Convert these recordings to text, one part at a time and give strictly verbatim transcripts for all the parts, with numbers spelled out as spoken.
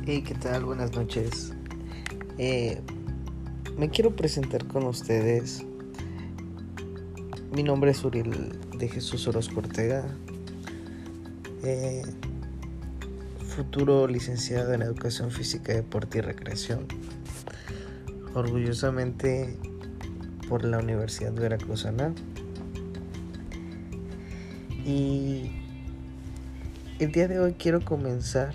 Hey, ¿qué tal? Buenas noches. Eh, me quiero presentar con ustedes. Mi nombre es Uriel de Jesús Orozco Ortega, eh, futuro licenciado en Educación Física, Deporte y Recreación, orgullosamente por la Universidad Veracruzana. Y el día de hoy quiero comenzar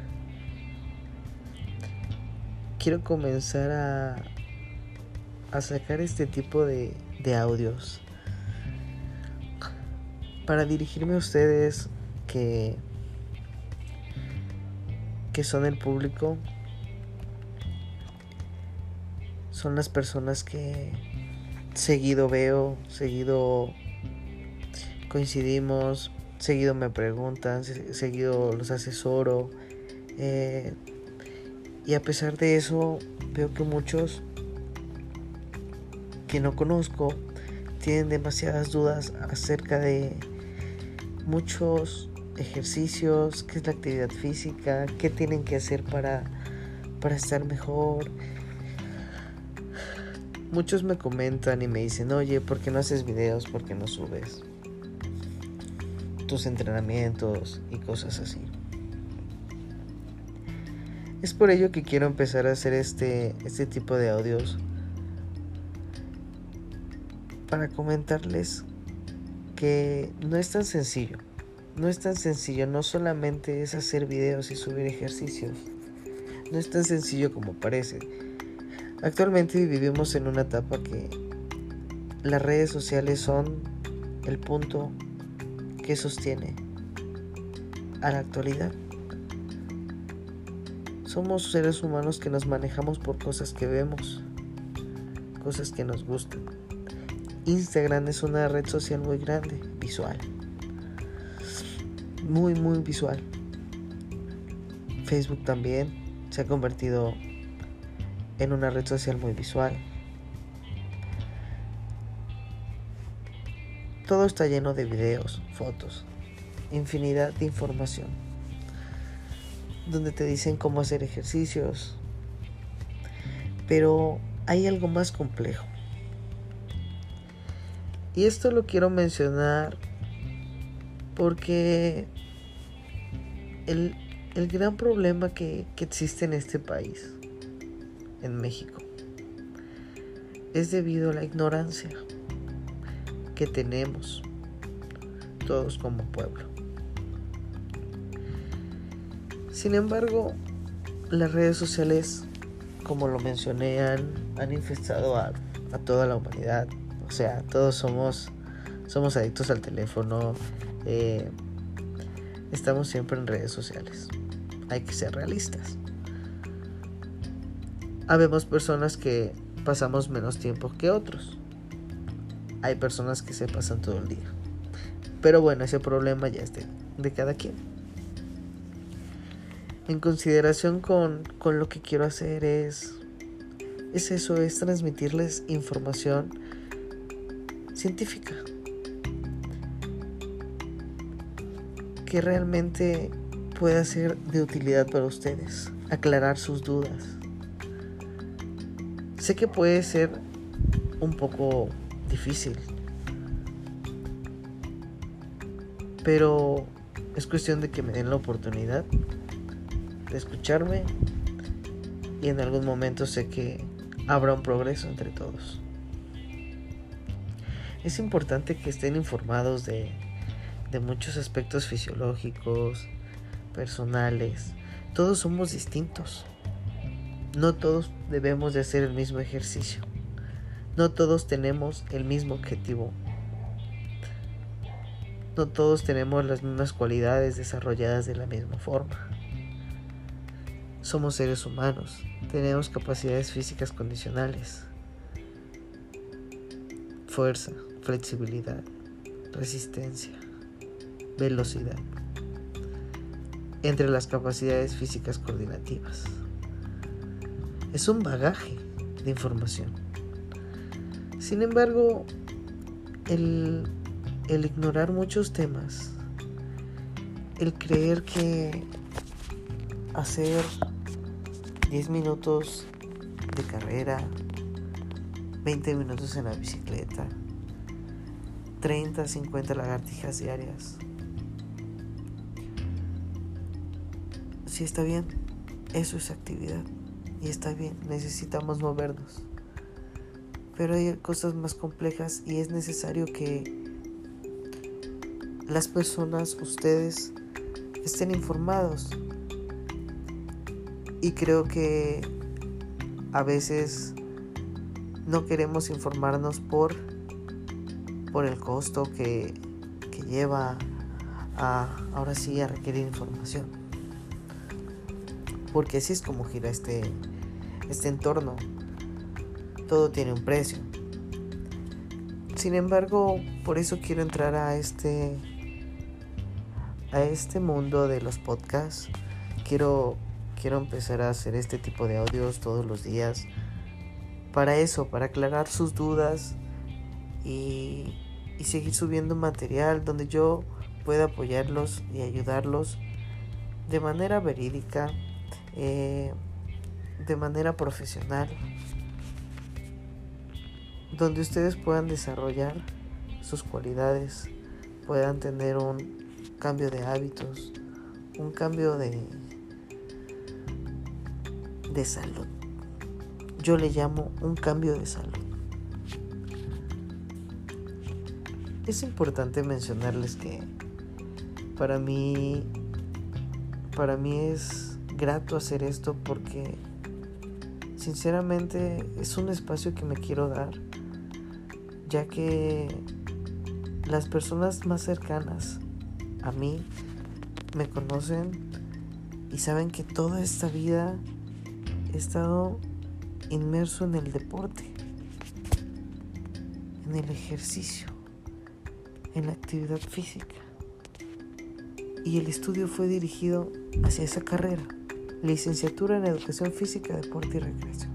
quiero comenzar a, a sacar este tipo de, de audios para dirigirme a ustedes que, que son el público, son las personas que seguido veo, seguido coincidimos, seguido me preguntan, seguido los asesoro, eh, y a pesar de eso veo que muchos que no conozco tienen demasiadas dudas acerca de muchos ejercicios, qué es la actividad física, qué tienen que hacer para, para estar mejor. Muchos me comentan y me dicen, oye, ¿por qué no haces videos? ¿Por qué no subes tus entrenamientos y cosas así? Es por ello que quiero empezar a hacer este, este tipo de audios para comentarles que no es tan sencillo. No es tan sencillo, no solamente es hacer videos y subir ejercicios. No es tan sencillo como parece. Actualmente vivimos en una etapa que las redes sociales son el punto que sostiene a la actualidad. Somos seres humanos que nos manejamos por cosas que vemos, cosas que nos gustan. Instagram es una red social muy grande, visual, muy muy visual. Facebook también se ha convertido en una red social muy visual. Todo está lleno de videos, fotos, infinidad de información, donde te dicen cómo hacer ejercicios. Pero hay algo más complejo. Y esto lo quiero mencionar porque el, el gran problema que, que existe en este país, en México, es debido a la ignorancia que tenemos todos como pueblo. Sin embargo, las redes sociales, como lo mencioné, han, han infestado a, a toda la humanidad. O sea, todos somos, somos adictos al teléfono, eh, estamos siempre en redes sociales. Hay que ser realistas. Habemos personas que pasamos menos tiempo que otros. Hay personas que se pasan todo el día. Pero bueno, ese problema ya es de, de cada quien. En consideración con, con lo que quiero hacer es, es eso, es transmitirles información científica que realmente pueda ser de utilidad para ustedes, aclarar sus dudas. Sé que puede ser un poco difícil, pero es cuestión de que me den la oportunidad de escucharme y en algún momento sé que habrá un progreso entre todos. Es importante que estén informados de, de muchos aspectos fisiológicos, personales. Todos somos distintos. No todos debemos de hacer el mismo ejercicio. No todos tenemos el mismo objetivo. No todos tenemos las mismas cualidades desarrolladas de la misma forma. Somos seres humanos. Tenemos capacidades físicas condicionales. Fuerza, flexibilidad, resistencia, velocidad. Entre las capacidades físicas coordinativas. Es un bagaje de información. Sin embargo, el, el ignorar muchos temas, el creer que hacer diez minutos de carrera, veinte minutos en la bicicleta, treinta, cincuenta lagartijas diarias. Sí, está bien, eso es actividad y está bien, necesitamos movernos. Pero hay cosas más complejas y es necesario que las personas, ustedes, estén informados. Y creo que a veces no queremos informarnos por, por el costo que, que lleva a, ahora sí, a requerir información. Porque así es como gira este, este entorno. Todo tiene un precio. Sin embargo, por eso quiero entrar a este, a este mundo de los podcasts. Quiero... Quiero empezar a hacer este tipo de audios todos los días. Para eso, para aclarar sus dudas y, y seguir subiendo material donde yo pueda apoyarlos y ayudarlos de manera verídica, eh, de manera profesional, donde ustedes puedan desarrollar sus cualidades, puedan tener un cambio de hábitos, un cambio de de salud. Yo le llamo un cambio de salud. Es importante mencionarles que para mí para mí es grato hacer esto porque sinceramente es un espacio que me quiero dar, ya que las personas más cercanas a mí me conocen y saben que toda esta vida he estado inmerso en el deporte, en el ejercicio, en la actividad física. Y el estudio fue dirigido hacia esa carrera, licenciatura en Educación Física, Deporte y Recreación.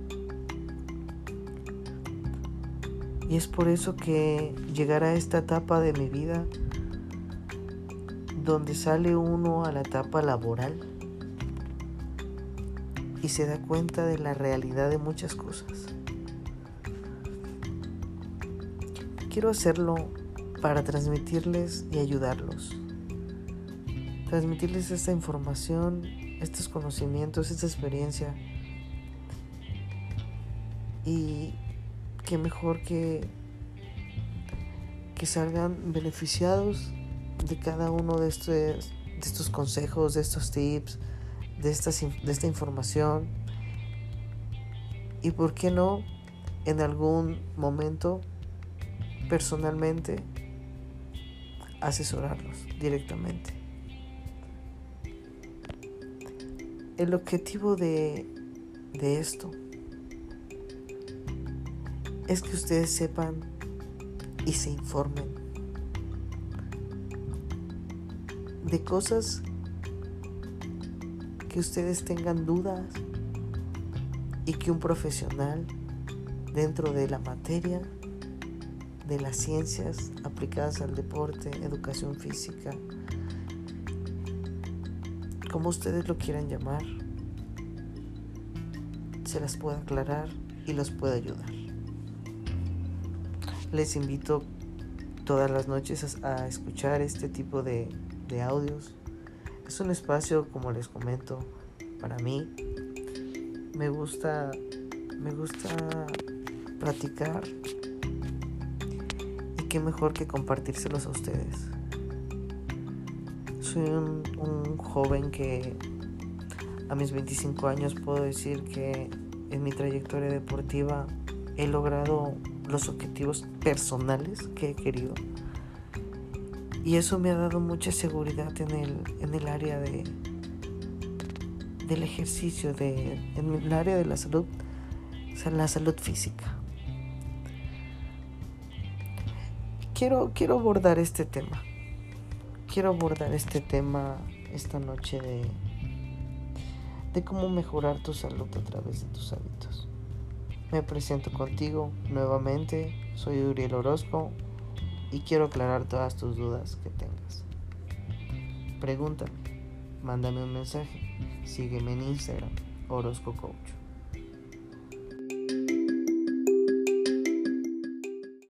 Y es por eso que llegar a esta etapa de mi vida, donde sale uno a la etapa laboral, y se da cuenta de la realidad de muchas cosas. Quiero hacerlo para transmitirles y ayudarlos. Transmitirles esta información, estos conocimientos, esta experiencia. Y qué mejor que, que salgan beneficiados de cada uno de estos, de estos consejos, de estos tips, De esta, de esta información, y por qué no en algún momento personalmente asesorarlos directamente. El objetivo de, de esto es que ustedes sepan y se informen de cosas que ustedes tengan dudas y que un profesional dentro de la materia de las ciencias aplicadas al deporte, educación física, como ustedes lo quieran llamar, se las pueda aclarar y los pueda ayudar. Les invito todas las noches a, a escuchar este tipo de, de audios. Es un espacio, como les comento, para mí. Me gusta, me gusta platicar, y qué mejor que compartírselos a ustedes. Soy un, un joven que a mis veinticinco años puedo decir que en mi trayectoria deportiva he logrado los objetivos personales que he querido. Y eso me ha dado mucha seguridad en el, en el área de, del ejercicio, de, en el área de la salud, o sea, la salud física. Quiero, quiero abordar este tema. Quiero abordar este tema esta noche de, de cómo mejorar tu salud a través de tus hábitos. Me presento contigo nuevamente. Soy Uriel Orozco. Y quiero aclarar todas tus dudas que tengas. Pregúntame, mándame un mensaje, sígueme en Instagram, Orozco Coach.